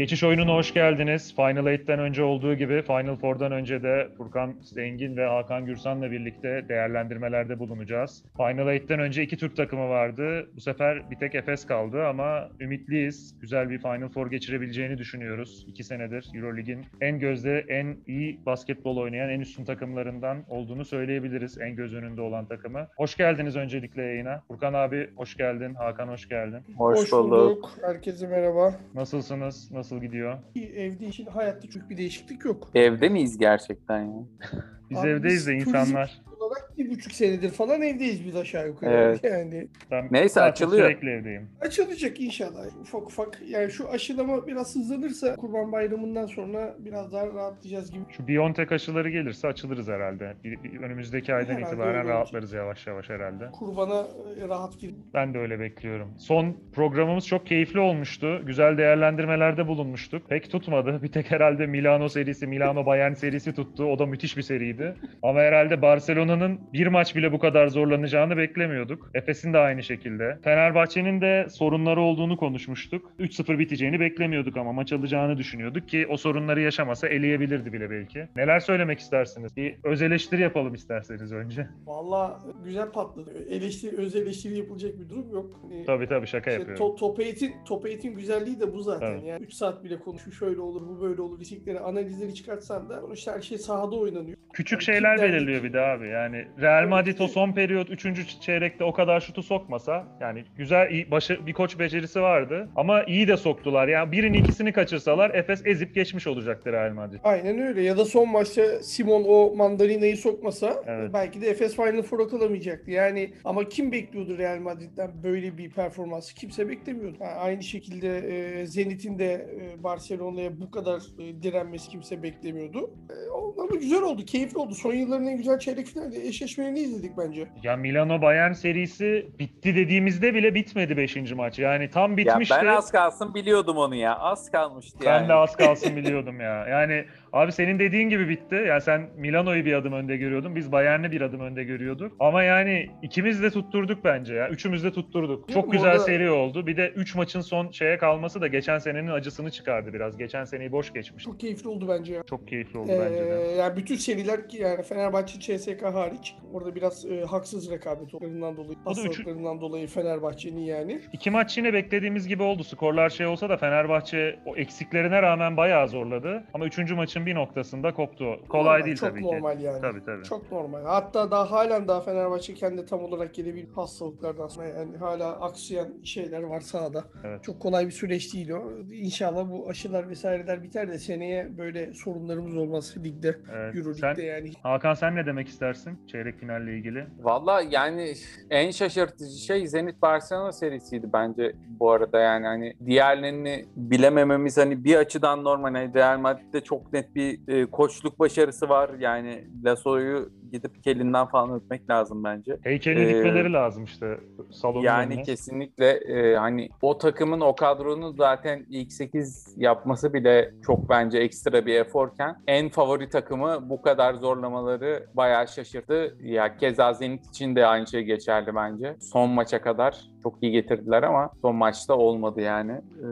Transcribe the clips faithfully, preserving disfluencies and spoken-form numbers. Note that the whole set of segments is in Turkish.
Geçiş oyununa hoş geldiniz. Final Eight'ten önce olduğu gibi Final Four'dan önce de Furkan Zengin ve Hakan Gürsan'la birlikte değerlendirmelerde bulunacağız. Final Eight'ten önce iki Türk takımı vardı. Bu sefer bir tek Efes kaldı ama ümitliyiz. Güzel bir Final Four geçirebileceğini düşünüyoruz. İki senedir Eurolig'in en gözde, en iyi basketbol oynayan, en üstün takımlarından olduğunu söyleyebiliriz. En göz önünde olan takımı. Hoş geldiniz öncelikle yayına. Furkan abi hoş geldin. Hakan hoş geldin. Hoş Hoş bulduk. bulduk. Herkese merhaba. Nasılsınız? Nasıl gidiyor? Evde için hayatta çok bir değişiklik yok. Evde miyiz gerçekten ya? Biz Abi evdeyiz de biz insanlar. turizm olarak bir buçuk senedir falan evdeyiz biz aşağı yukarı. Evet. Yani Ben Neyse, zaten açılıyor. Sürekli evdeyim. açılacak inşallah. Ufak ufak yani şu aşılama biraz hızlanırsa Kurban Bayramı'ndan sonra biraz daha rahatlayacağız gibi. Şu Biontech aşıları gelirse açılırız herhalde. Bir- bir önümüzdeki aydan Herhalde itibaren öyle rahatlarız yavaş yavaş herhalde. Kurbana e, rahat gir. Ben de öyle bekliyorum. Son programımız çok keyifli olmuştu. Güzel değerlendirmelerde bulunmuştuk. Pek tutmadı. Bir tek herhalde Milano serisi, Milano Bayern serisi tuttu. O da müthiş bir seriydi. Ama herhalde Barcelona'nın bir maç bile bu kadar zorlanacağını beklemiyorduk. Efes'in de aynı şekilde. Fenerbahçe'nin de sorunları olduğunu konuşmuştuk. üç sıfır biteceğini beklemiyorduk ama maç alacağını düşünüyorduk ki o sorunları yaşamasa eleyebilirdi bile belki. Neler söylemek istersiniz? Bir öz eleştiri yapalım isterseniz önce. Valla güzel patladı. Eleştiri, öz eleştiri yapılacak bir durum yok. Hani Tabii tabii şaka İşte yapıyorum. to, top eğitim, top eğitim güzelliği de bu zaten. Evet. Yani üç saat bile konuşuyor, şöyle olur, bu böyle olur, riskleri, analizleri çıkartsan da sonuçta her şey sahada oynanıyor. Küçük Yani şeyler kimler- belirliyor bir de abi. Yani Real Evet, Madrid o evet. son periyot üçüncü çeyrekte o kadar şutu sokmasa yani güzel iyi, başı, bir koç becerisi vardı ama iyi de soktular. Yani birini ikisini kaçırsalar Efes ezip geçmiş olacaktı Real Madrid. Aynen öyle. Ya da son maçta Simon o mandalinayı sokmasa Evet. belki de Efes Final Four'a kalamayacaktı. Yani ama kim bekliyordu Real Madrid'den böyle bir performansı? Kimse beklemiyordu. Ha, aynı şekilde e, Zenit'in de e, Barcelona'ya bu kadar e, direnmesi kimse beklemiyordu. E, ama güzel oldu, keyifli oldu. Son yılların en güzel çeyrek finali eşleşmelerini izledik bence. Ya Milano Bayern serisi bitti dediğimizde bile bitmedi beşinci maç. Yani tam Ya bitmişti. ben az kalsın biliyordum onu ya. Az kalmıştı Ben yani. de az kalsın biliyordum ya. Yani abi senin dediğin gibi bitti. Yani sen Milano'yu bir adım önde görüyordun. Biz Bayern'i bir adım önde görüyorduk. Ama yani ikimiz de tutturduk bence ya. Üçümüz de tutturduk. Değil Çok mi? güzel Orada- seri oldu. Bir de üç maçın son şeye kalması da geçen senenin acısını çıkardı biraz. Geçen seneyi boş geçmiş. Çok keyifli oldu bence ya. Çok keyifli oldu Ee, bence de. yani bütün seriler ki yani Fenerbahçe C S K hariç orada biraz e, haksız rekabet olduğundan dolayı, O da üçü- hastalıklarından dolayı Fenerbahçe'nin yani. İki maç yine beklediğimiz gibi oldu. Skorlar şey olsa da Fenerbahçe o eksiklerine rağmen bayağı zorladı. Ama üçüncü maçın bir noktasında koptu. Kolay Normal, değil çok tabii normal ki. yani. Tabii tabii. Çok normal. Hatta daha halen daha Fenerbahçe kendi tam olarak gelebilir hastalıklardan sonra yani hala aksayan şeyler var sahada. Evet. Çok kolay bir süreç değil o. İnşallah bu aşılar vesaireler biter de seneye böyle sorunlarımız olmaz ligde, Evet. Euroleague'de Sen- yani. Hakan sen ne demek istersin çeyrek finalle ilgili? Valla yani en şaşırtıcı şey Zenit Barcelona serisiydi bence bu arada, yani hani diğerlerini bilemememiz hani bir açıdan normal. Yani Real Madrid'de çok net bir e, koçluk başarısı var. Yani Lasso'yu gidip elinden falan öpmek lazım bence. Heykelini Ee, dikmeleri lazım işte salonun Yani önüne. kesinlikle e, hani o takımın o kadronun zaten ilk sekiz yapması bile çok bence ekstra bir eforken en favori takımı bu kadar zorlamaları bayağı şaşırttı. Ya keza Zenit için de aynı şey geçerli bence. Son maça kadar çok iyi getirdiler ama son maçta olmadı yani. Ee,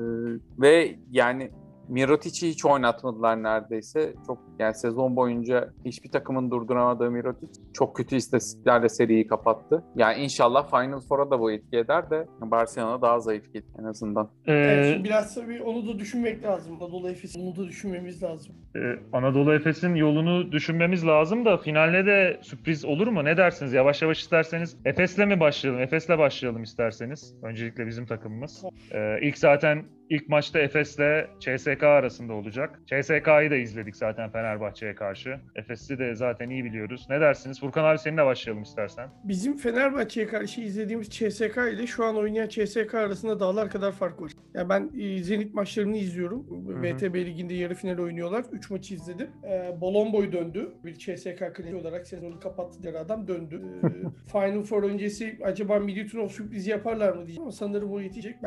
ve yani Mirotic'i hiç oynatmadılar neredeyse. Çok yani sezon boyunca hiçbir takımın durduramadığı Mirotic çok kötü istatistiklerle seriyi kapattı. Yani inşallah Final Four'a da bu etki eder de Barcelona daha zayıf gelir en azından. Evet, Ee, şimdi biraz tabii onu da düşünmek lazım. Anadolu Efes onu da düşünmemiz lazım. e, Anadolu Efes'in yolunu düşünmemiz lazım da finalde de sürpriz olur mu? Ne dersiniz? Yavaş yavaş isterseniz Efes'le mi başlayalım? Efes'le başlayalım isterseniz. Öncelikle bizim takımımız. Ee, ilk zaten ilk maçta Efes'le C S K arasında olacak. C S K'yı da izledik zaten Fenerbahçe'ye karşı. Efes'i de zaten iyi biliyoruz. Ne dersiniz? Furkan abi seninle başlayalım istersen. Bizim Fenerbahçe'ye karşı izlediğimiz C S K ile şu an oynayan C S K arasında dağlar kadar fark var. Ya ben e, Zenit maçlarını izliyorum. hı. V T B Ligi'nde yarı final oynuyorlar. üç maçı izledim. E, Bolomboy döndü. Bir C S K klasiği olarak sezonu kapattıkları adam döndü. E, Final Four öncesi acaba Milutinov sürpriz yaparlar mı diyeceğim ama sanırım o yetecek. Belki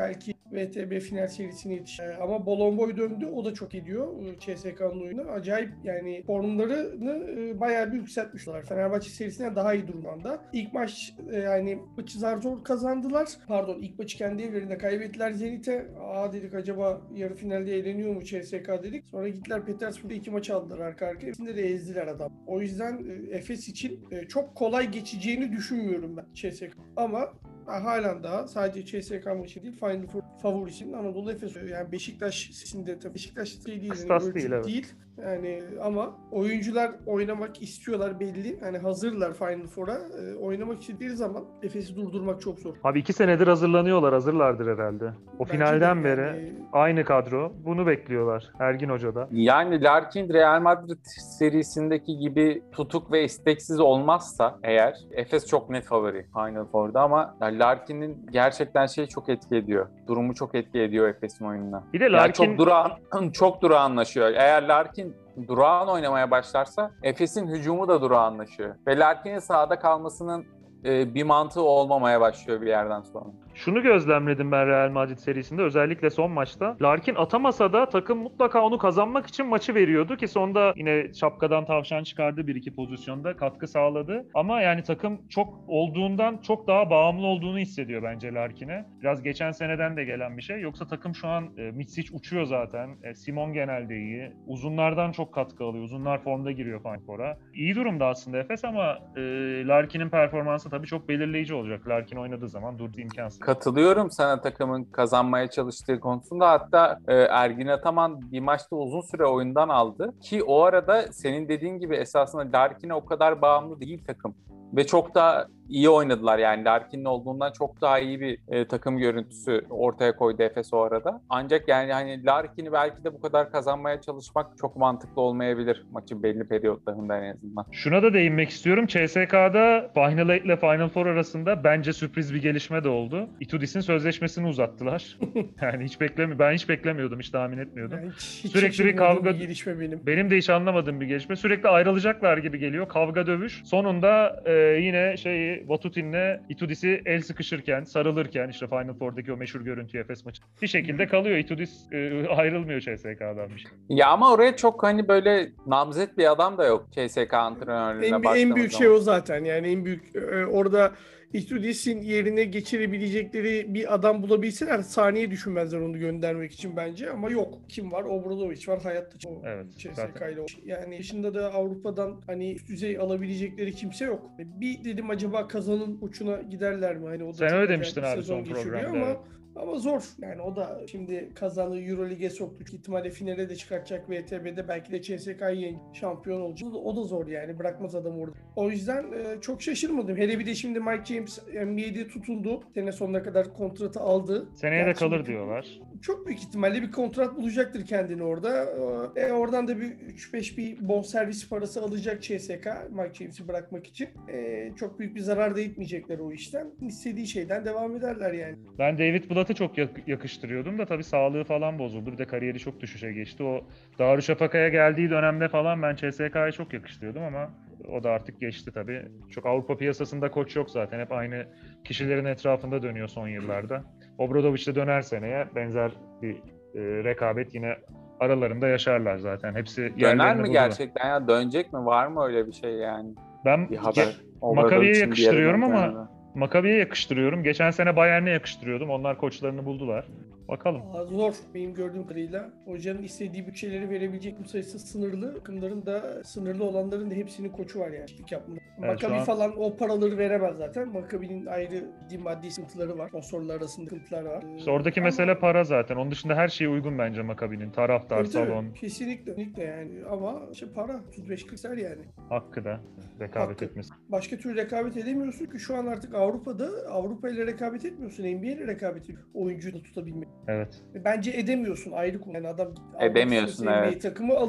V T B final serisine yetiş. Ee, ama Bolomboy döndü. O da çok ediyor. C S K'nın oyunu. Acayip yani formlarını e, bayağı bir yükseltmişler. Fenerbahçe serisinden daha iyi durumda. İlk maç e, yani maçı zar zor kazandılar. Pardon ilk maçı kendi evlerinde kaybettiler Zenit'e. Aa dedik acaba yarı finalde eğleniyor mu C S K dedik. Sonra gittiler Petersburg'da iki maç aldılar arka arkaya. Hepsinde de ezdiler adam. O yüzden e, Efes için e, çok kolay geçeceğini düşünmüyorum ben C S K. Ama halen daha sadece C S K maçı değil Final Four favorisinin Anadolu Efes. Yani Beşiktaş sesinde tabii Beşiktaş şey değil, Kıstas yani değil, evet. değil. Yani ama oyuncular oynamak istiyorlar belli. Yani hazırlar Final Four'a. E, oynamak istediği zaman Efes'i durdurmak çok zor. Abi iki senedir hazırlanıyorlar, hazırlardır herhalde. O Bence finalden de beri yani- aynı kadro. Bunu bekliyorlar Ergin Hoca'da. Yani Larkin Real Madrid serisindeki gibi tutuk ve isteksiz olmazsa eğer Efes çok net favori Final Four'da ama yani Larkin'in gerçekten şey çok etki ediyor. Durumu çok etki ediyor Efes'in oyununa. Bir de Yani Larkin çok durağan, çok durağanlaşıyor. Eğer Larkin durağan oynamaya başlarsa Efes'in hücumu da durağanlaşıyor. Ve Larkin'in sahada kalmasının e, bir mantığı olmamaya başlıyor bir yerden sonra. Şunu gözlemledim ben Real Madrid serisinde, özellikle son maçta. Larkin atamasa da takım mutlaka onu kazanmak için maçı veriyordu ki sonda yine şapkadan tavşan çıkardı, bir iki pozisyonda katkı sağladı. Ama yani takım çok olduğundan çok daha bağımlı olduğunu hissediyor bence Larkin'e. Biraz geçen seneden de gelen bir şey. Yoksa takım şu an e, Mitsic uçuyor zaten. E, Simon genelde iyi. Uzunlardan çok katkı alıyor. Uzunlar formda giriyor Final Four'a. İyi durumda aslında Efes ama e, Larkin'in performansı tabii çok belirleyici olacak. Larkin oynadığı zaman durdu imkansız. Katılıyorum sana takımın kazanmaya çalıştığı konusunda. Hatta e, Ergin Ataman bir maçta uzun süre oyundan aldı. Ki o arada senin dediğin gibi esasında Larkin'e o kadar bağımlı değil takım. Ve çok da iyi oynadılar yani. Larkin'in olduğundan çok daha iyi bir e, takım görüntüsü ortaya koydu Efes o arada. Ancak yani hani Larkin'i belki de bu kadar kazanmaya çalışmak çok mantıklı olmayabilir maçın belli periyotlarında en azından. Şuna da değinmek istiyorum. C S K'da Final eight ile Final Four arasında bence sürpriz bir gelişme de oldu. Itudis'in sözleşmesini uzattılar. Yani hiç beklemi ben hiç beklemiyordum, hiç tahmin etmiyordum. Yani hiç, hiç Sürekli bir şaşırmadığım kavga- bir gelişme benim. Benim de hiç anlamadığım bir gelişme. Sürekli ayrılacaklar gibi geliyor. Kavga dövüş. Sonunda e, yine şeyi Vatutin'le Itudis'i el sıkışırken, sarılırken, işte Final Four'daki o meşhur görüntü Efes maçı, bir şekilde kalıyor. Itudis e, ayrılmıyor C S K'dan bir şey. Ya ama oraya çok hani böyle namzet bir adam da yok C S K antrenörlüğüne En, en baktığımız büyük zaman. şey o zaten. Yani en büyük e, orada Itudis'in yerine geçirebilecekleri bir adam bulabilseler saniye düşünmezler onu göndermek için bence ama yok. Kim var? Obradovic var hayatta. O Evet, C S zaten. K ile. Yani dışında da Avrupa'dan hani üst düzey alabilecekleri kimse yok. Bir dedim acaba Kazan'ın uçuna giderler mi? Hani o da Sen çok öyle acayip demiştin bir abi sezon son geçiriyor programda, ama evet. Ama zor. Yani o da şimdi Kazan'ı Euroleague'e soktu. İhtimalle finale de çıkartacak V T B'de. Belki de C S K'yı yen şampiyon olacak. O da, o da zor yani. Bırakmaz adam orada. O yüzden e, çok şaşırmadım. Hele bir de şimdi Mike James N B A'de tutundu. Sene sonuna kadar kontratı aldı. Seneye de Gerçi kalır bir- diyorlar. Çok büyük ihtimalle bir kontrat bulacaktır kendini orada. E, oradan da bir üç beş bir bonservis parası alacak C S K Mike James'i bırakmak için. E, çok büyük bir zarar da etmeyecekler o işten. İstediği şeyden devam ederler yani. Ben David Blatt'ı çok yak- yakıştırıyordum da tabii sağlığı falan bozuldu. Bir de kariyeri çok düşüşe geçti. O Darüşşafaka'ya geldiği dönemde falan ben C S K'ya çok yakıştırıyordum ama o da artık geçti tabii. Çok Avrupa piyasasında koç yok zaten. Hep aynı kişilerin etrafında dönüyor son yıllarda. Obradoviç de döner seneye benzer bir e, rekabet yine aralarında yaşarlar zaten. Hepsi Döner yerlerini mi buldular. gerçekten ya? Dönecek mi? Var mı öyle bir şey yani? Ben Bir ge- haber. Makabi'ye Obradovic'in bir yere yakıştırıyorum ama döneceğini. Makabi'ye yakıştırıyorum. Geçen sene Bayern'e yakıştırıyordum. Onlar koçlarını buldular. Bakalım. Aa, zor benim gördüğüm kadarıyla. Hocanın istediği bütçeleri verebilecek bir sayısı sınırlı. Takımların da sınırlı olanların da hepsinin koçu var yani. İşlik yapmalı. Evet, Maccabi şu an- falan o paraları veremez zaten. Maccabi'nin ayrı ciddi maddi sıkıntıları var. Sponsorlar arasında sıkıntılar var. İşte oradaki Ama- mesele para zaten. Onun dışında her şeye uygun bence Makabi'nin. Taraftar, Tabii, tabii. salon, Kesinlikle, kesinlikle yani. Ama işte para. otuz beş kırk ser yani. hakkı da rekabet Hakkı. etmesi. Başka türlü rekabet edemiyorsun ki şu an artık Avrupa'da Avrupa ile rekabet etmiyorsun. N B A ile rekabet ediyorsun. Oyuncuyu da tutabilmek. Evet. Bence edemiyorsun ayrı konu. Yani adam Edemiyorsun, Avrupa evet. takımı alır.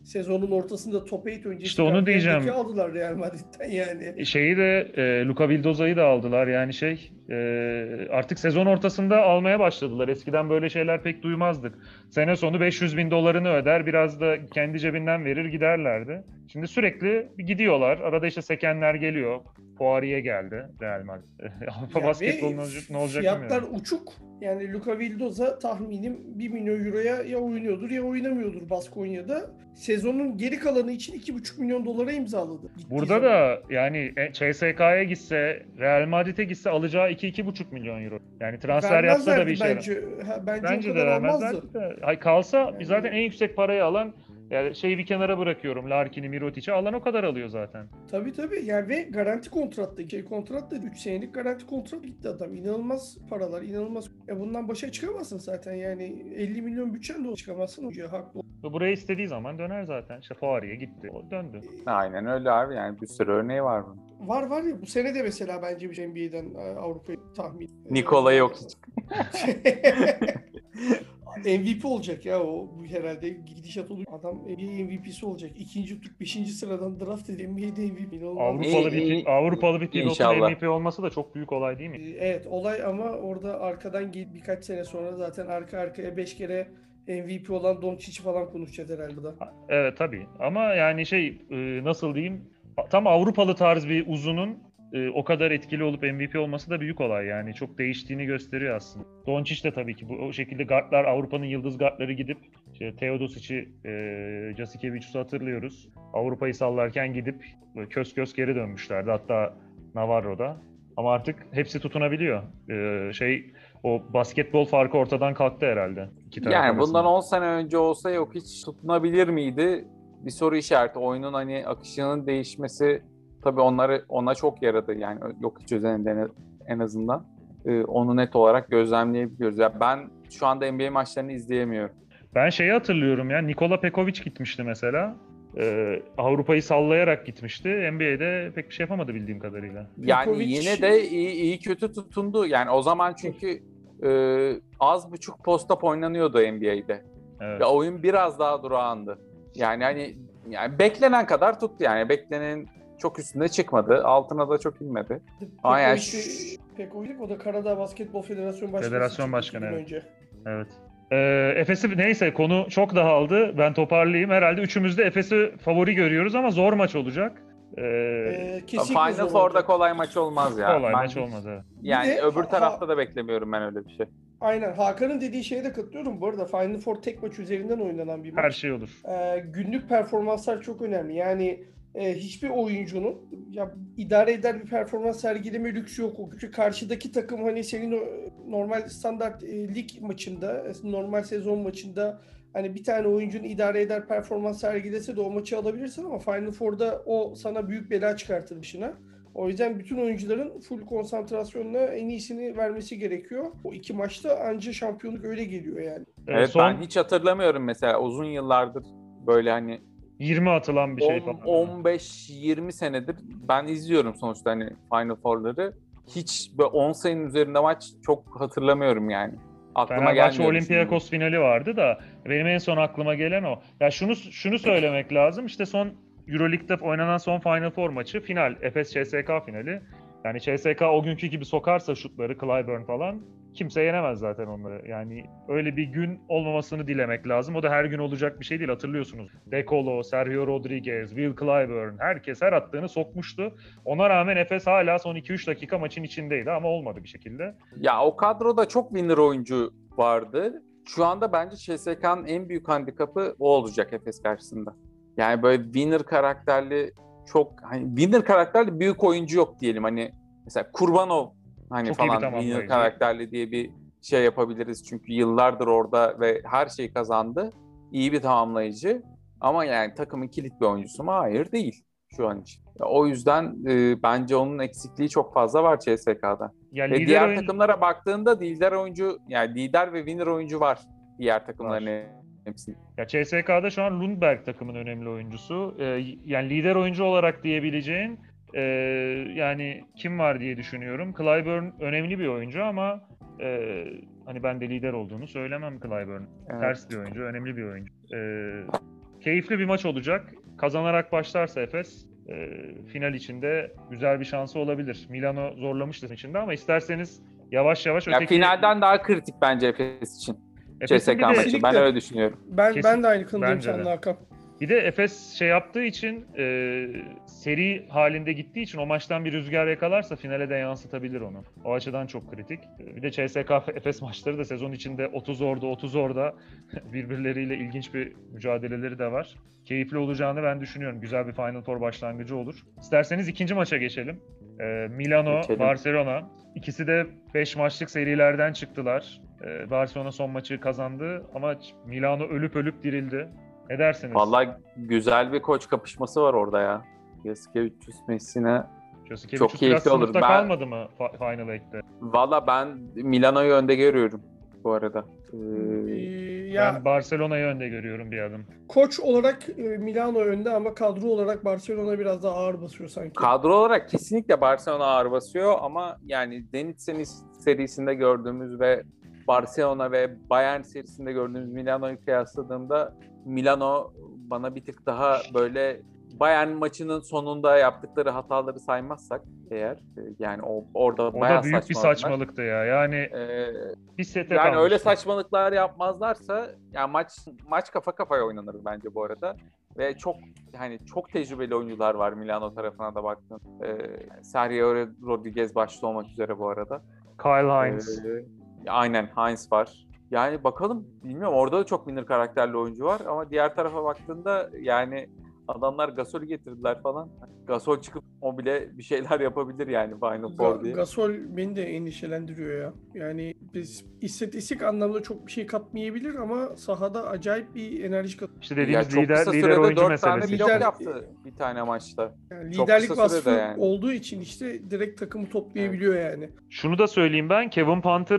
sezonun ortasında top sekiz öncesi İşte onu Karagümrük'ü diyeceğim. aldılar Real Madrid'den yani. Şeyi de e, Luka Vildoza'yı da aldılar. Yani şey e, artık sezon ortasında almaya başladılar. Eskiden böyle şeyler pek duymazdık. Sene sonu beş yüz bin dolarını öder, biraz da kendi cebinden verir giderlerdi. Şimdi sürekli gidiyorlar. Arada işte sekenler geliyor. Poirier geldi Real Madrid. Avrupa Ya basketbolu ve ne olacak, ne olacak fiyatlar bilmiyorum. uçuk. Yani Luka Vildoza tahminim bir milyon euroya ya oynuyordur ya oynamıyordur Baskonya'da. Sezonun geri kalanı için iki buçuk milyon dolara imzaladı. Gittiği Burada zaman. da yani C S K A'ya gitse, Real Madrid'e gitse alacağı iki iki buçuk milyon euro. Yani transfer yapsa da bir Vermezlerdi şey. bence. Ha, bence, Bence o de kadar almazdı. vermezlerdi de. Ay kalsa Yani- zaten en yüksek parayı alan, yani şeyi bir kenara bırakıyorum. Larkin'i, Mirotic'i alan o kadar alıyor zaten. Tabii tabii. Yani ve garanti kontratta, şey kontratta üç senelik garanti kontrat gitti adam. İnanılmaz paralar, inanılmaz. Ya bundan başa çıkamazsın zaten. Yani elli milyon bütçen de çıkamazsın. Hoca haklı. Ve buraya istediği zaman döner zaten. İşte Poirier'e gitti. O döndü. Aynen öyle abi, yani bir sürü örneği var bunun. Var var ya bu sene de mesela bence bir N B A'den Avrupa'yı tahmin. Nikola yok hiç. M V P olacak ya o bu herhalde gidişat olur. Adam N B A M V P'si olacak. İkinci tur, beşinci sıradan draft edildi. N B A'de M V P. İnanılmaz. Avrupalı İyi, bir iyi. Avrupalı bir pilotun İnşallah. M V P olması da çok büyük olay değil mi? Ee, Evet olay ama orada arkadan gel birkaç sene sonra zaten arka arkaya beş kere M V P olan Doncic'i falan konuşacağız herhalde da. Evet tabii. Ama yani şey e, nasıl diyeyim? Tam Avrupalı tarz bir uzunun e, o kadar etkili olup M V P olması da büyük olay. Yani çok değiştiğini gösteriyor aslında. Doncic de tabii ki bu o şekilde guardlar, Avrupa'nın yıldız guardları gidip işte Teodosic'i, e, Jasikevicius'u hatırlıyoruz. Avrupa'yı sallarken gidip böyle kös kös geri dönmüşlerdi. Hatta Navarro'da. Ama artık hepsi tutunabiliyor. E, şey o basketbol farkı ortadan kalktı herhalde. İki taraf Yani bundan arasında. on sene önce olsa yok hiç tutunabilir miydi? Bir soru işareti. Oyunun hani akışının değişmesi tabii onları ona çok yaradı. Yani yok hiç özelinde en azından. Ee, onu net olarak gözlemleyebiliyoruz. Ya ben şu anda N B A maçlarını izleyemiyorum. Ben şeyi hatırlıyorum ya, Nikola Pekovic gitmişti mesela. Ee, Avrupa'yı sallayarak gitmişti. N B A'de pek bir şey yapamadı bildiğim kadarıyla. Yani Pekovic- yine de iyi, iyi kötü tutundu. Yani o zaman çünkü e, az buçuk post-up oynanıyordu N B A'de. Evet. Ve oyun biraz daha durağandı. Yani hani yani beklenen kadar tuttu yani. Beklenenin çok üstünde çıkmadı. Altına da çok inmedi. Ama yani Pekovic, Pekovic o da Karadağ Basketbol Federasyon Başkanı. Federasyon seçildi Başkanı, iki gün evet. önce. Evet. Ee, Efes'i neyse konu çok dağıldı. Ben toparlayayım. Herhalde üçümüz de Efes'i favori görüyoruz ama zor maç olacak. Ee, Ee, kesinlikle Final zor Four'da olacak. kolay maç olmaz ya. kolay Ben maç hiç- olmaz evet. Yani Bir de öbür ha- tarafta da beklemiyorum ben öyle bir şey. Aynen. Hakan'ın dediği şeye de katılıyorum. Bu arada Final Four tek maç üzerinden oynanan bir maç. Her şey olur. Ee, günlük performanslar çok önemli. Yani e, hiçbir oyuncunun ya idare eder bir performans sergileme lüksü yok. Çünkü karşıdaki takım hani senin o normal standart e, lig maçında, normal sezon maçında hani bir tane oyuncunun idare eder performans sergilese de o maçı alabilirsin ama Final Four'da o sana büyük bela çıkartır başına. O yüzden bütün oyuncuların full konsantrasyonla en iyisini vermesi gerekiyor. O iki maçta anca şampiyonluk öyle geliyor yani. Ee, Evet son ben hiç hatırlamıyorum mesela uzun yıllardır böyle hani yirmi atılan bir şey on, falan. on beş yirmi senedir ben izliyorum sonuçta hani Final Four'ları. Hiç böyle on sayının üzerinde maç çok hatırlamıyorum yani. Aklıma Fenerbahçe gelmiyor. Olympiakos finali vardı da benim en son aklıma gelen o. Ya şunu şunu söylemek lazım. İşte son EuroLeague'de oynanan son Final Four maçı final. Efes C S K finali. Yani C S K o günkü gibi sokarsa şutları, Clyburn falan kimse yenemez zaten onları. Yani öyle bir gün olmamasını dilemek lazım. O da her gün olacak bir şey değil, hatırlıyorsunuz. De Colo, Sergio Rodriguez, Will Clyburn, herkes her attığını sokmuştu. Ona rağmen Efes hala son iki üç dakika maçın içindeydi ama olmadı bir şekilde. Ya o kadroda çok winner oyuncu vardı. Şu anda bence C S K'nın en büyük handikapı o olacak Efes karşısında. Yani böyle winner karakterli çok hani winner karakterli büyük oyuncu yok diyelim. Hani mesela Kurbanov hani Çok iyi bir falan tamamlayıcı. winner karakterli diye bir şey yapabiliriz. Çünkü yıllardır orada ve her şeyi kazandı. İyi bir tamamlayıcı. Ama yani takımın kilit bir oyuncusu mu? Hayır değil şu an için. O yüzden e, bence onun eksikliği çok fazla var C S K'da. Ya Ve lider diğer oyun- takımlara baktığında lider oyuncu yani lider ve winner oyuncu var diğer takımların hepsi. Ya C S K'da şu an Lundberg takımın önemli oyuncusu. Ee, yani lider oyuncu olarak diyebileceğin e, yani kim var diye düşünüyorum. Clyburn önemli bir oyuncu ama e, hani ben de lider olduğunu söylemem Clyburn. Evet. Ters bir oyuncu, önemli bir oyuncu. Ee, keyifli bir maç olacak. Kazanarak başlarsa Efes e, final içinde güzel bir şansı olabilir. Milano zorlamıştı içinde ama isterseniz yavaş yavaş Ya öteki finalden daha kritik bence Efes için. Efes'in bir C S K de maçı. Ben Kesinlikle. öyle düşünüyorum. Ben Kesin- ben de aynı kanıdayım bence de. seninle Hakan. Bir de Efes şey yaptığı için e, seri halinde gittiği için o maçtan bir rüzgar yakalarsa finale de yansıtabilir onu. O açıdan çok kritik. E, Bir de C S K Efes maçları da sezon içinde otuz orada otuz orada birbirleriyle ilginç bir mücadeleleri de var. Keyifli olacağını ben düşünüyorum. Güzel bir Final Four başlangıcı olur. İsterseniz ikinci maça geçelim. E, Milano, Geçelim. Barcelona. İkisi de beş maçlık serilerden çıktılar. E, Barcelona son maçı kazandı ama Milano ölüp ölüp dirildi. Ne dersiniz? Vallahi güzel bir koç kapışması var orada ya. Jasikevičius, Messina. Jasikevičius çok biraz keyifli olur. sınıfta Ben- kalmadı mı fa- Final Eight'te? Valla ben Milano'yu önde görüyorum bu arada. Ee, Ee, ya Ben Barcelona'yı önde görüyorum bir adım. koç olarak e, Milano önde ama kadro olarak Barcelona biraz daha ağır basıyor sanki. kadro olarak kesinlikle Barcelona ağır basıyor ama yani Zenit serisinde gördüğümüz ve Barcelona ve Bayern serisinde gördüğümüz Milano'yu kıyasladığımda Milano bana bir tık daha böyle Bayern maçının sonunda yaptıkları hataları saymazsak eğer e, yani o orada O bayağı da büyük bir saçmaladılar. saçmalıktı ya. Yani Ee, bir sete Yani öyle kalmıştı. saçmalıklar yapmazlarsa yani maç maç kafa kafaya oynanır bence bu arada. Ve çok yani çok tecrübeli oyuncular var Milano tarafına da baktın. Ee, Sergio Rodriguez başta olmak üzere bu arada. Kyle Hines. Ee, aynen Hines var. Yani bakalım bilmiyorum orada da çok minor karakterli oyuncu var ama diğer tarafa baktığında yani adamlar Gasol'ü getirdiler falan. Gasol çıkıp o bile bir şeyler yapabilir yani Final Four Ga- diye. Gasol beni de endişelendiriyor ya. Yani biz istatistik anlamda çok bir şey katmayabilir ama sahada acayip bir enerji kat. İşte Ya dediğimiz çok lider kısa lider sürede oyuncu dört tane meselesi. blok Lider- yaptı bir tane maçta. Yani Çok liderlik kısa sürede vasfı yani. olduğu için işte direkt takımı toplayabiliyor yani. Şunu da söyleyeyim ben. Kevin Panther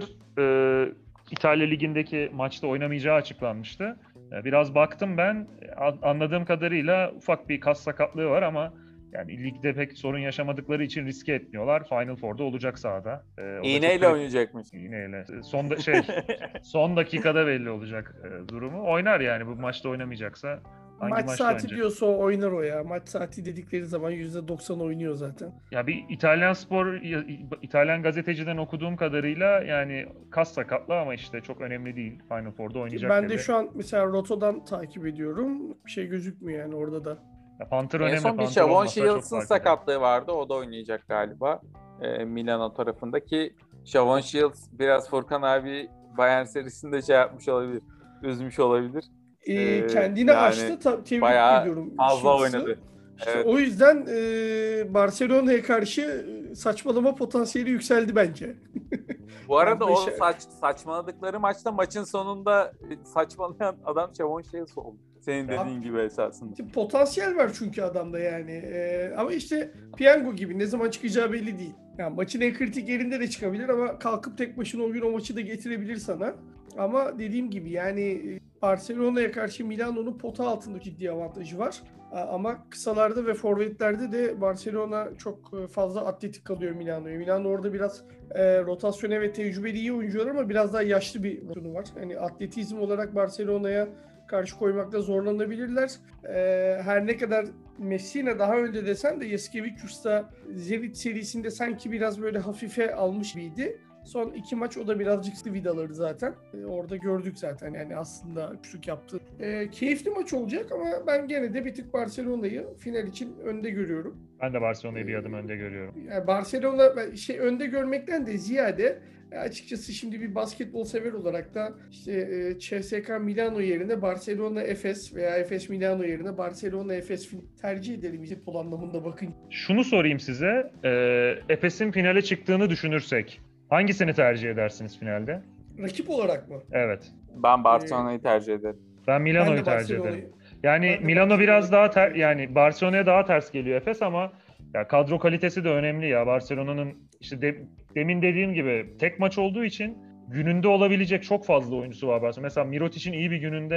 e, İtalya Ligi'ndeki maçta oynamayacağı açıklanmıştı. E, biraz baktım ben. A- Anladığım kadarıyla ufak bir kas sakatlığı var ama yani ligde pek sorun yaşamadıkları için riske etmiyorlar. Final Four'da olacak sahada. E, o da çok İğneyle kritik. oynayacakmış. İğneyle. Son da şey son dakikada belli olacak e, durumu. Oynar yani bu maçta oynamayacaksa. Hangi Maç maçta saati oynayacak? diyorsa o oynar o ya. Maç saati dedikleri zaman yüzde doksan oynuyor zaten. Ya bir İtalyan spor, İtalyan gazeteciden okuduğum kadarıyla yani kas sakatlı ama işte çok önemli değil. Final Four'da oynayacak Ben dedi. de şu an mesela Roto'dan takip ediyorum. Bir şey gözükmüyor yani orada da. Ya Panther En önemli. son bir Panther Shavon olmasa çok Shields'ın fark eder. sakatlığı vardı. O da oynayacak galiba. Ee, Milano tarafındaki Shavon Shields biraz Furkan abi Bayern serisinde şey yapmış olabilir. Üzmüş olabilir. Ee, Ee, kendini yani açtı. Ta- tebrik bayağı ediyorum. Fazla Shields'ı. oynadı. İşte Evet. o yüzden e, Barcelona'ya karşı e, saçmalama potansiyeli yükseldi bence. Bu arada o Beşe- saç, saçmaladıkları maçta maçın sonunda saçmalayan adam Shavon Shields oldu. Senin Ya- dediğin gibi esasında. İşte potansiyel var çünkü adamda yani. Ee, ama işte piyango gibi ne zaman çıkacağı belli değil. Yani maçın en kritik yerinde de çıkabilir ama kalkıp tek başına o gün o maçı da getirebilir sana. Ama dediğim gibi yani e, Barcelona'ya karşı Milano'nun pota altında ciddi avantajı var. A- Ama kısalarda ve forvetlerde de Barcelona çok e, fazla atletik kalıyor Milano'ya. Milano orada biraz e, rotasyona ve tecrübeli iyi oyuncular ama biraz daha yaşlı bir rotasyonu var. Yani atletizm olarak Barcelona'ya karşı koymakta zorlanabilirler. Ee, her ne kadar Messina daha önde desen de Jasikevičius da Zenit serisinde sanki biraz böyle hafife almış gibiydi. Son iki maç o da birazcık vidaları zaten. Ee, orada gördük zaten yani aslında küçük yaptı. Ee, keyifli maç olacak ama ben gene de bir tık Barcelona'yı final için önde görüyorum. Ben de Barcelona'yı bir adım önde görüyorum. Yani Barcelona ben şey önde görmekten de ziyade e, açıkçası şimdi bir basketbol sever olarak da işte e, C S K Milano yerine Barcelona Efes veya Efes Milano yerine Barcelona Efes tercih edelim futbol anlamında bakın. Şunu sorayım size. E, Efes'in finale çıktığını düşünürsek hangisini tercih edersiniz finalde? Rakip olarak mı? Evet. Ben Barcelona'yı tercih ederim. Ben Ben Milano'yu de tercih Barcelona'yı. ederim. Yani Ben de Milano Barcelona'yı biraz daha ter, tercih yani Barcelona'ya daha ters geliyor Efes ama ya kadro kalitesi de önemli ya. Barcelona'nın işte de- demin dediğim gibi tek maç olduğu için gününde olabilecek çok fazla oyuncusu var Barcelona. Mesela Mirotic'in iyi bir gününde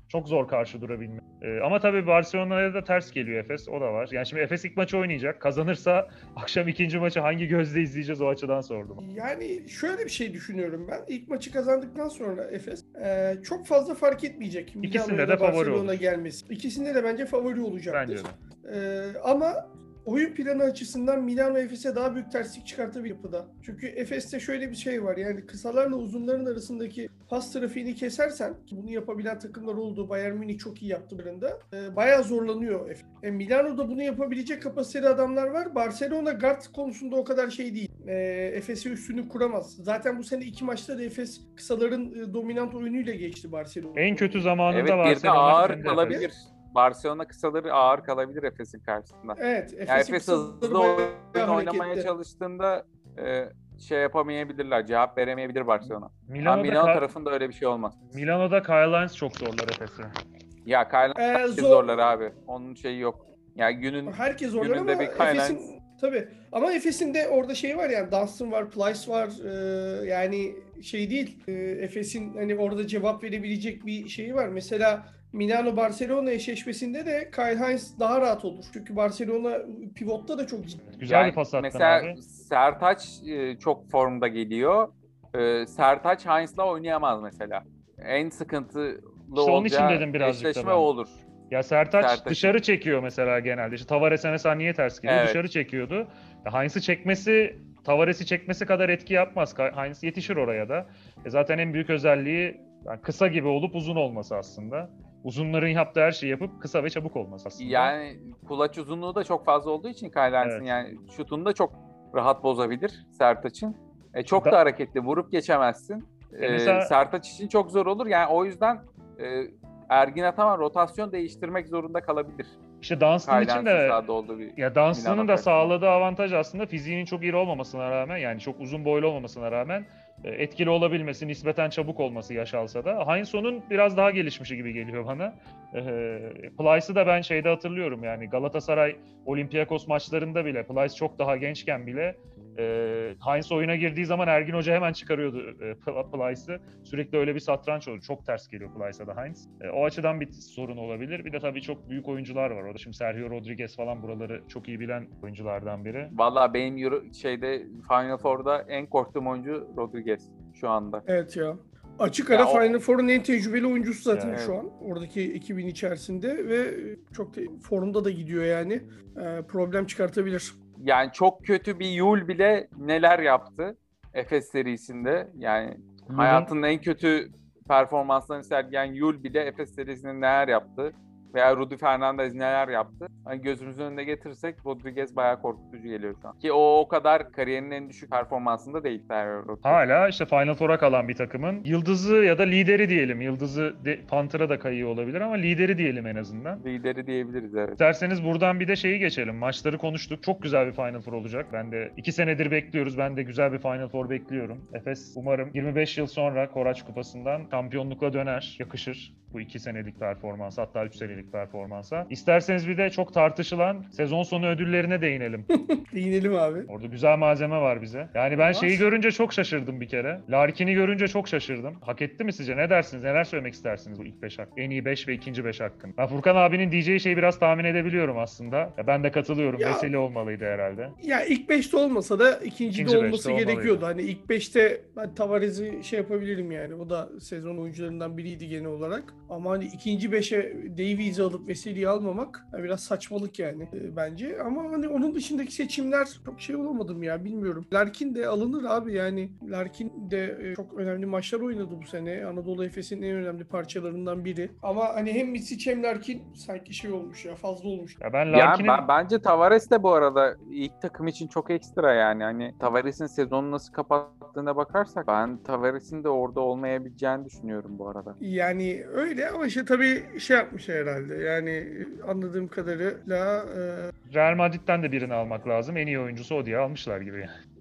Çok zor karşı durabilmek. Ee, ama tabii Barcelona'ya da ters geliyor Efes. O da var. Yani şimdi Efes ilk maçı oynayacak. Kazanırsa akşam ikinci maçı hangi gözle izleyeceğiz, o açıdan sordum. Yani şöyle bir şey düşünüyorum ben. İlk maçı kazandıktan sonra Efes e, çok fazla fark etmeyecek. İkisinde Milano'ya de da favori Barcelona olur. gelmesi. İkisinde de bence favori olacaktır. Bence de. E, ama oyun planı açısından Milano Efes'e daha büyük terslik çıkartabilir yapıda. Çünkü Efes'te şöyle bir şey var. Yani kısalarla uzunların arasındaki pas trafiğini kesersen, ki bunu yapabilen takımlar olduğu, Bayern Münih çok iyi yaptı birinde. E, bayağı zorlanıyor Efes. E, Milano'da bunu yapabilecek kapasiteli adamlar var. Barcelona guard konusunda o kadar şey değil. E, Efes'e üstünlük kuramaz. Zaten bu sene iki maçta da Efes kısaların e, dominant oyunuyla geçti Barcelona. En kötü zamanında Evet, bir de Barcelona ağır kendi kalabilir. Efes. Barcelona kısaları ağır kalabilir Efes'in karşısında. Evet, Yani Efes'in Efes kısaları hızlı bayağı oyun oynamaya hareketli. çalıştığında e, şey yapamayabilirler, cevap veremeyebilir Barcelona. Ama Milano'da, Milano Ka- tarafında öyle bir şey olmaz. Milano'da Kyle Lines çok zorlar Efes'i. Ya Kyle Ee, Lines zor- zorlar abi. Onun şeyi yok. Yani günün Herkes oradan gününde ama bir Kyle Efes'in Lines- tabii. Ama Efes'in de orada şey var yani Dunstan var, Plyce var. Ee, yani şey değil. E, Efes'in hani orada cevap verebilecek bir şeyi var. Mesela Milano Barcelona eşleşmesinde de Kyle Hines daha rahat olur. Çünkü Barcelona pivotta da çok ciddi. Güzel Yani bir pas attın mesela abi. Sertaç e, çok formda geliyor. E, Sertaç Heinz'la oynayamaz mesela. En sıkıntılı İşte onun için olacağı dedim birazcık da eşleşme ben. o olur. Ya Sertaç Sertaç'ın. dışarı çekiyor mesela genelde. İşte Tavares'e mesela niye ters geliyor? Evet. Dışarı çekiyordu. Ya Heinz'i çekmesi, Tavares'i çekmesi kadar etki yapmaz. Heinz yetişir oraya da. E zaten en büyük özelliği yani kısa gibi olup uzun olması aslında. Uzunların yaptığı her şeyi yapıp kısa ve çabuk olması aslında. Yani kulaç uzunluğu da çok fazla olduğu için Kyle Heinz'in Evet. yani şutunu da çok rahat bozabilir Sertaç'ın. E, çok Da- da hareketli, vurup geçemezsin. E E, mesela- Sertaç için çok zor olur. Yani o yüzden e, Ergin Ataman rotasyon değiştirmek zorunda kalabilir. İşte Dunstan Kyle için Heinz'in de sahada olduğu bir ya Dunstan'ın Milano da karşısında. sağladığı avantaj aslında fiziğinin çok iri olmamasına rağmen, yani çok uzun boylu olmamasına rağmen e, etkili olabilmesi, nispeten çabuk olması yaş alsa da. Heinz onun biraz daha gelişmişi gibi geliyor bana. E, Plyce'ı da ben şeyde hatırlıyorum, yani Galatasaray Olympiakos maçlarında bile Plyce çok daha gençken bile e, Heinz oyuna girdiği zaman Ergin Hoca hemen çıkarıyordu e, Plyce'ı. Sürekli öyle bir satranç oluyor. Çok ters geliyor Plyce'a da Heinz. E, o açıdan bir sorun olabilir. Bir de tabii çok büyük oyuncular var orada. Şimdi Sergio Rodriguez falan buraları çok iyi bilen oyunculardan biri. Valla benim Euro, şeyde Final Four'da en korktuğum oyuncu Rodriguez şu anda. Evet ya. Açık Ya ara o- Final Four'un en tecrübeli oyuncusu zaten Evet. şu an. Oradaki ekibin içerisinde ve çok da formda da gidiyor yani. Ee, problem çıkartabilir. Yani çok kötü bir Yul bile neler yaptı Efes serisinde. Yani Yul'un- hayatının en kötü performanslarını sergileyen Yul bile Efes serisinde neler yaptı. Veya Rudy Fernandez neler yaptı. Hani gözümüzün önüne getirirsek Rodriguez bayağı korkutucu geliyor şu an. Ki o o kadar kariyerinin en düşük performansında değil Sergio Rodriguez. Hala işte Final Four'a kalan bir takımın yıldızı ya da lideri diyelim. Yıldızı de, Panther'a da kayıyor olabilir ama lideri diyelim en azından. Lideri diyebiliriz, evet. İsterseniz buradan bir de şeyi geçelim. Maçları konuştuk. Çok güzel bir Final Four olacak. Ben de iki senedir bekliyoruz. Ben de güzel bir Final Four bekliyorum. Efes umarım yirmi beş yıl sonra Koraç Kupası'ndan şampiyonlukla döner. Yakışır bu iki senelik performans, hatta üç senelik performansa. İsterseniz bir de çok tartışılan sezon sonu ödüllerine değinelim. Değinelim abi. Orada güzel malzeme var bize. Yani ben Var. şeyi görünce çok şaşırdım bir kere. Larkin'i görünce çok şaşırdım. Hak etti mi sizce? Ne dersiniz? Neler söylemek istersiniz bu ilk beş hak? En iyi beş ve ikinci beş hakkında. Ben Furkan abinin diyeceği şeyi biraz tahmin edebiliyorum aslında. Ya ben de katılıyorum. Ya- Veseli olmalıydı herhalde. Ya ilk beşte olmasa da ikincide İkinci olması beşte olmalıydı. gerekiyordu. Hani ilk beşte ben Tavares'i şey yapabilirim yani. O da sezon oyuncularından biriydi genel olarak. Ama hani ikinci beşe Davies'i alıp Veseli'yi almamak ya biraz saçmalık yani e, bence. Ama hani onun dışındaki seçimler çok şey olamadım ya, bilmiyorum. Larkin de alınır abi yani. Larkin de e, çok önemli maçlar oynadı bu sene. Anadolu Efes'in en önemli parçalarından biri. Ama hani hem Misic hem Larkin sanki şey olmuş ya, fazla olmuş. Ya ben Yani Larkin'in... ben, bence Tavares de bu arada ilk takım için çok ekstra yani. Hani Tavares'in sezonu nasıl kapattığına bakarsak ben Tavares'in de orada olmayabileceğini düşünüyorum bu arada. Yani öyle ama işte tabii şey yapmış herhalde. Yani anladığım kadarıyla e, Real Madrid'den de birini almak lazım. En iyi oyuncusu o diye almışlar gibi.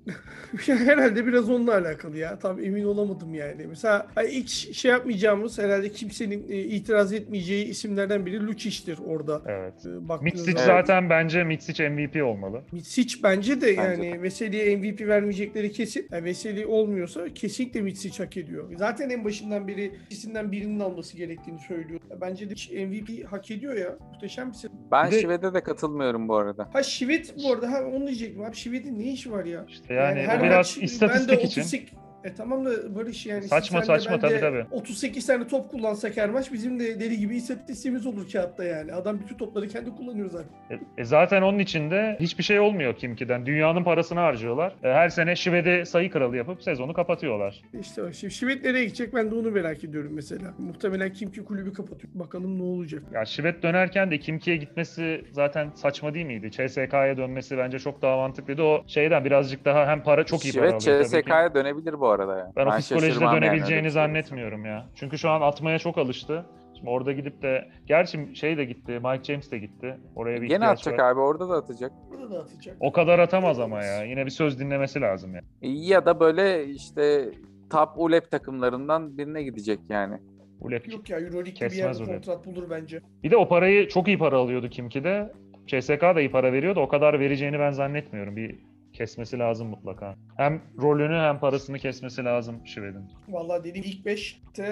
Herhalde biraz onunla alakalı ya. Tam emin olamadım yani. Mesela hani ilk şey yapmayacağımız herhalde kimsenin e, itiraz etmeyeceği isimlerden biri Lucic'tir orada. Evet. E, baktığınız Mitsic zaman. Evet. zaten bence Mitsic M V P olmalı. Mitsic bence de Bence yani de. Veseli'ye M V P vermeyecekleri kesin. Yani Veseli olmuyorsa kesinlikle Mitsic hak ediyor. Zaten en başından beri ikisinden birinin alması gerektiğini söylüyor. Bence de M V P hak ediyor ya. Muhteşem bir sezon. Ben Bir de- Şive'de de katılmıyorum bu arada. Ha Şivit bu arada, ha onu diyecektim abi. Şivit'in ne işi var ya? İşte yani, her o biraz maç istatistik ben de için. otuz sekiz E tamam da Barış yani Saçma, sen de saçma, ben de tabii, tabii. otuz sekiz tane top kullansak her maç bizim de deli gibi istatistiğimiz olur kağıtta yani. Adam bütün topları kendi kullanıyor zaten. E, e zaten onun içinde hiçbir şey olmuyor Kimki'den. Dünyanın parasını harcıyorlar. E, her sene Şive'de sayı kralı yapıp sezonu kapatıyorlar. İşte o. Şimdi Şivit nereye gidecek ben de onu merak ediyorum mesela. Muhtemelen Kimki kulübü kapatıyor. Bakalım ne olacak. Ya Şivet dönerken de Kimki'ye gitmesi zaten saçma değil miydi? C S K'ya dönmesi bence çok daha mantıklıydı. O şeyden birazcık daha hem para çok iyi para Şive alıyor tabii ki. C S K'ya dönebilir bu arada ya. Ben o psikolojide şaşırmam yani öyle dönebileceğini bir şey olursa. zannetmiyorum ya. Çünkü şu an atmaya çok alıştı. Şimdi orada gidip de... Gerçi şey de gitti, Mike James de gitti. Oraya bir Gene ihtiyaç atacak var. abi, orada da atacak. Burada da atacak. O kadar atamaz ama ya. Yine bir söz dinlemesi lazım ya. Ya da böyle işte top U L E P takımlarından birine gidecek yani. Ulep. Yok ya Euroleague'de bir Kesmez yerde orayı. kontrat bulur bence. Bir de o parayı çok iyi para alıyordu Kimki'de. C S K da iyi para veriyordu. O kadar vereceğini ben zannetmiyorum. Bir kesmesi lazım mutlaka. Hem rolünü hem parasını kesmesi lazım Şived'in. Vallahi dediğim ilk beşte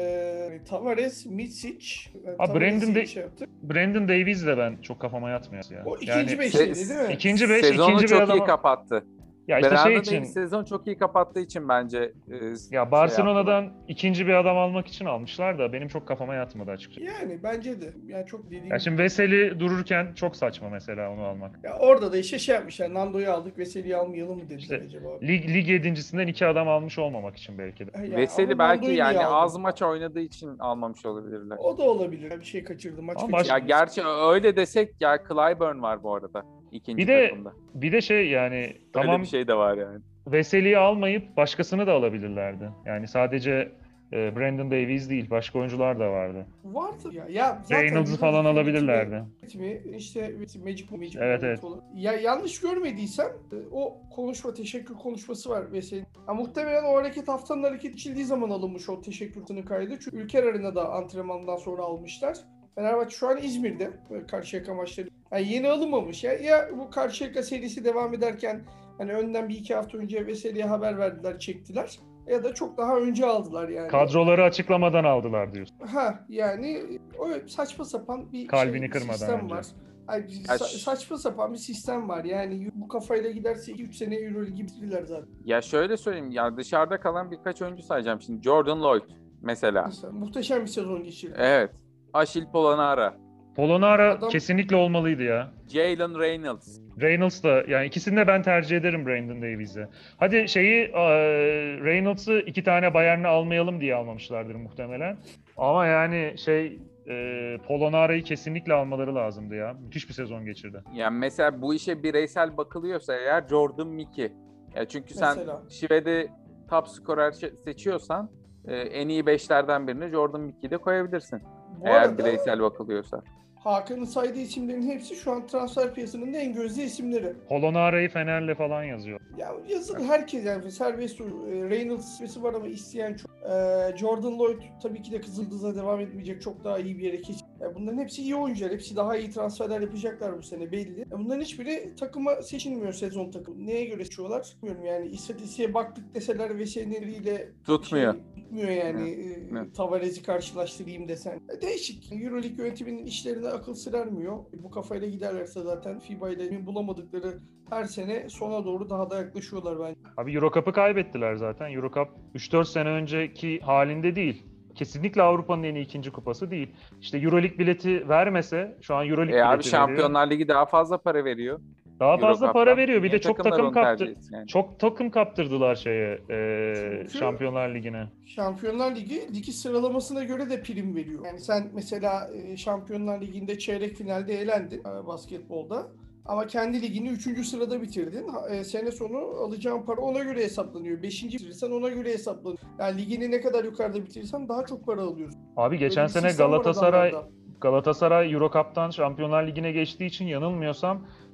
e, Tavares, Mitsic, e, Ha, Tavares'i Brandon de- şey yaptı. Brandon Davies de ben çok kafama yatmıyor ya. O ikinci Yani, beşiydi değil mi? İkinci beş, Sezonu ikinci bir çok adama- iyi kapattı. ya işte şey Brandon için... Davis sezon çok iyi kapattığı için bence e, Ya şey Barcelona'dan yaptılar. ikinci bir adam almak için almışlar da benim çok kafama yatmadı açıkçası. Yani bence de. Yani çok dediğim Ya şimdi Veseli dururken çok saçma mesela onu almak. Ya orada da işte şey yapmışlar. Nando'yu aldık, Veseli'yi almayalım mı dediler İşte acaba? Lig, lig yedincisinden iki adam almış olmamak için belki de. Yani Veseli ama belki Nando'yu yani niye aldın? az maç oynadığı için almamış olabilirler. O da olabilir. Bir şey kaçırdı. Maç Ama kaçırdı. Ya gerçi öyle desek ya Clyburn var bu arada ikinci Bir de takımda. bir de şey yani Öyle tamam bir şey de var yani. Veseli'yi almayıp başkasını da alabilirlerdi. Yani sadece e, Brandon Davies değil başka oyuncular da vardı. Vardı ya. Ya zaten Reynolds'ı falan Euroleague alabilirlerdi. yönetimi, işte Magic Magic Evet, evet. falan. Ya yanlış görmediysem e, o konuşma, teşekkür konuşması var Veseli. Ya muhtemelen o hareket haftanın hareket içildiği zaman alınmış o teşekkür kaydı. Çünkü Ülker Arena'da antrenmandan sonra almışlar. Fenerbahçe şu an İzmir'de Karşıyaka maçları. Yani yeni alınmamış. Ya, ya bu Karşıyaka serisi devam ederken hani önden bir iki hafta önce Veseli'ye haber verdiler, çektiler. Ya da çok daha önce aldılar yani. Kadroları açıklamadan aldılar diyorsun. Ha yani o saçma sapan bir Kalbini şey, kırmadan sistem önce. var. Ay, sa- saçma sapan bir sistem var. Yani bu kafayla giderse iki üç sene Euroleague'i bitirirler zaten. Ya şöyle söyleyeyim ya dışarıda kalan birkaç oyuncu sayacağım şimdi. Jordan Lloyd mesela. Mesela muhteşem bir sezon geçirdi. Evet. Ashil Polonara. Polonara Adam- kesinlikle olmalıydı ya. Jalen Reynolds. Reynolds da yani ikisini de ben tercih ederim Brandon Davies'e. Hadi şeyi e, Reynolds'ı iki tane Bayern'le almayalım diye almamışlardır muhtemelen. Ama yani şey e, Polonara'yı kesinlikle almaları lazımdı ya. Müthiş bir sezon geçirdi. Yani mesela bu işe bireysel bakılıyorsa eğer Jordan Mickey. Ya çünkü sen Mesela. Şive'de top skorer seçiyorsan e, en iyi beşlerden birini Jordan Mickey'i de koyabilirsin. Bu eğer arada bireysel bakılıyorsa. Hakan'ın saydığı isimlerin hepsi şu an transfer piyasasının da en gözde isimleri. Polonara'yı Fener'le falan yazıyor. Ya yazın herkes yani serbest e, Reynolds ismisi var ama isteyen çok. Ee, Jordan Lloyd tabii ki de Kızıldız'a devam etmeyecek. Çok daha iyi bir yere geçecek. Yani bunların hepsi iyi oyuncular. Hepsi daha iyi transferler yapacaklar bu sene belli. Yani bunların hiçbiri takıma seçilmiyor sezon takımı. Neye göre seçiyorlar? Bilmiyorum yani istatistiğe baktık deseler ve seneleriyle Tutmuyor. Şey, tutmuyor yani. Evet, E, evet. Tavares'i karşılaştırayım desen. E, değişik. Euroleague yönetiminin işlerine akıl sırarmıyor. E, bu kafayla giderlerse zaten FIBA ile bulamadıkları her sene sona doğru daha da yaklaşıyorlar bence. Abi Eurocup'ı kaybettiler zaten. Eurocup üç dört sene önceki halinde değil. Kesinlikle Avrupa'nın en iyi ikinci kupası değil. İşte Euroleague bileti vermese şu an Euroleague E abi bileti veriyor. Şampiyonlar Ligi daha fazla para veriyor. Daha fazla Eurocup'tan. para veriyor. Bir Niye de çok takımlar takım onu kaptı. tercih etsin yani? Çok takım kaptırdılar şeye, e, Çünkü- Şampiyonlar Ligi'ne. Şampiyonlar Ligi ligi sıralamasına göre de prim veriyor. Yani sen mesela e, Şampiyonlar Ligi'nde çeyrek finalde elendin e, basketbolda. Ama kendi ligini üçüncü sırada bitirdin. Ha, e, sene sonu alacağın para ona göre hesaplanıyor. beşinci bitirirsen ona göre hesaplanıyor. Yani ligini ne kadar yukarıda bitirirsen daha çok para alıyorsun. Abi geçen Böyle bir sene sistem var Galatasaray adamlarda. Galatasaray Eurocup'tan Şampiyonlar Ligi'ne geçtiği için yanılmıyorsam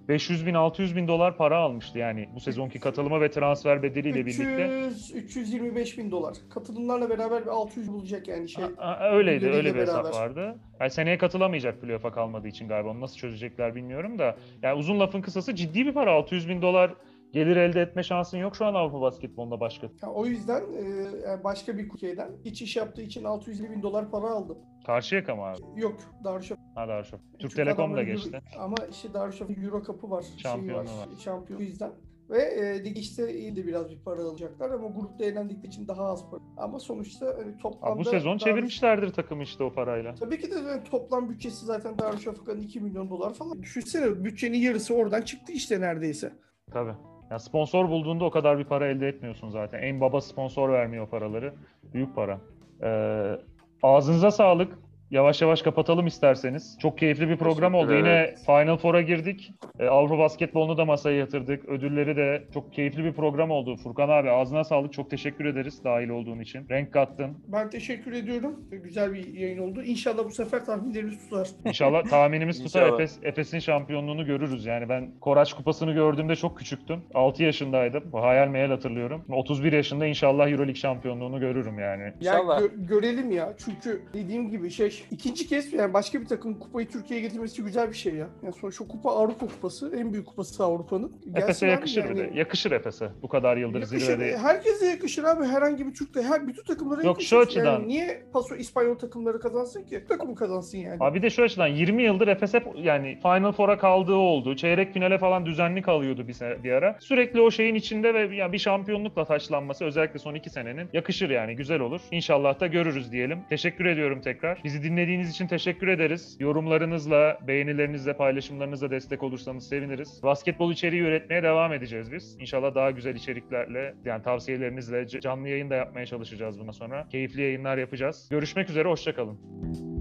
beş yüz bin altı yüz bin dolar para almıştı yani bu sezonki katılıma ve transfer bedeliyle birlikte. üç yüz üç yüz yirmi beş bin dolar. Katılımlarla beraber bir altı yüz bulacak yani şey. A- a- öyleydi, ödülleriyle öyle bir hesap beraber. vardı. Yani seneye katılamayacak playoff'a kalmadığı için galiba. Onu nasıl çözecekler bilmiyorum da. Yani uzun lafın kısası ciddi bir para. altı yüz bin dolar gelir elde etme şansın yok şu an Avrupa basketbolunda başka. Ya o yüzden e, yani başka bir ülkeden iç iş yaptığı için altı yüz bin dolar para aldı. Karşıyaka mı abi? Yok, Darüşşafaka. Ha daha çok. Türk Çünkü Telekom da adamların geçti. Euro- ama işte Darüşşafaka Euro Cup'ı var. şeyi Şampiyonu var. var. Şampiyon. O yüzden. Ve e, lig işte iyi de biraz bir para alacaklar ama grupta eğlendikleri için daha az para. Ama sonuçta hani toplamda... Abi bu sezon Darüş- çevirmişlerdir takımı işte o parayla. Tabii ki de yani toplam bütçesi zaten Darüşşafaka'nın iki milyon dolar falan. Düşünsene bütçenin yarısı oradan çıktı işte neredeyse. Tabii. Ya sponsor bulduğunda o kadar bir para elde etmiyorsun zaten. En baba sponsor vermiyor o paraları. Büyük para. Ee, ağzınıza sağlık. Yavaş yavaş kapatalım isterseniz. Çok keyifli bir program Teşekkür oldu. Yine ederiz. Final Four'a girdik. Ee, Avrupa basketbolunu da masaya yatırdık. Ödülleri de çok keyifli bir program oldu. Furkan abi ağzına sağlık. Çok teşekkür ederiz dahil olduğun için. Renk kattın. Ben teşekkür ediyorum. Güzel bir yayın oldu. İnşallah bu sefer tahminleriniz tutar. İnşallah tahminimiz tutar. İnşallah. Efes, Efes'in şampiyonluğunu görürüz. Yani ben Koraç Kupası'nı gördüğümde çok küçüktüm. altı yaşındaydım. Bu hayal meyal hatırlıyorum. otuz bir yaşında inşallah EuroLeague şampiyonluğunu görürüm yani. Yani İnşallah. gö- görelim ya. Çünkü dediğim gibi şey ikinci kez yani başka bir takım kupayı Türkiye'ye getirmesi güzel bir şey ya. Yani sonuçta kupa Avrupa kupası. En büyük kupası Avrupa'nın. Gelsin Efes'e abi yakışır yani. bir de. Yakışır Efes'e. Bu kadar yıldır Yakışır. zirvede. Herkese yakışır abi. Herhangi bir Türk'te. Her, bütün takımlara Yok, yakışır. şu açıdan- Yani niye paso İspanyol takımları kazansın ki? Takım kazansın yani. Abi bir de şu açıdan yirmi yıldır Efes hep yani Final Four'a kaldığı oldu. Çeyrek finale falan düzenli kalıyordu bir, se- bir ara. Sürekli o şeyin içinde ve yani bir şampiyonlukla taçlanması özellikle son iki senenin yakışır yani güzel olur. İnşallah da görürüz diyelim. Teşekkür ediyorum tekrar. Bizi dinlediğiniz için teşekkür ederiz. Yorumlarınızla, beğenilerinizle, paylaşımlarınızla destek olursanız seviniriz. Basketbol içeriği üretmeye devam edeceğiz biz. İnşallah daha güzel içeriklerle yani tavsiyelerinizle c- canlı yayın da yapmaya çalışacağız bundan sonra. Keyifli yayınlar yapacağız. Görüşmek üzere, hoşça kalın.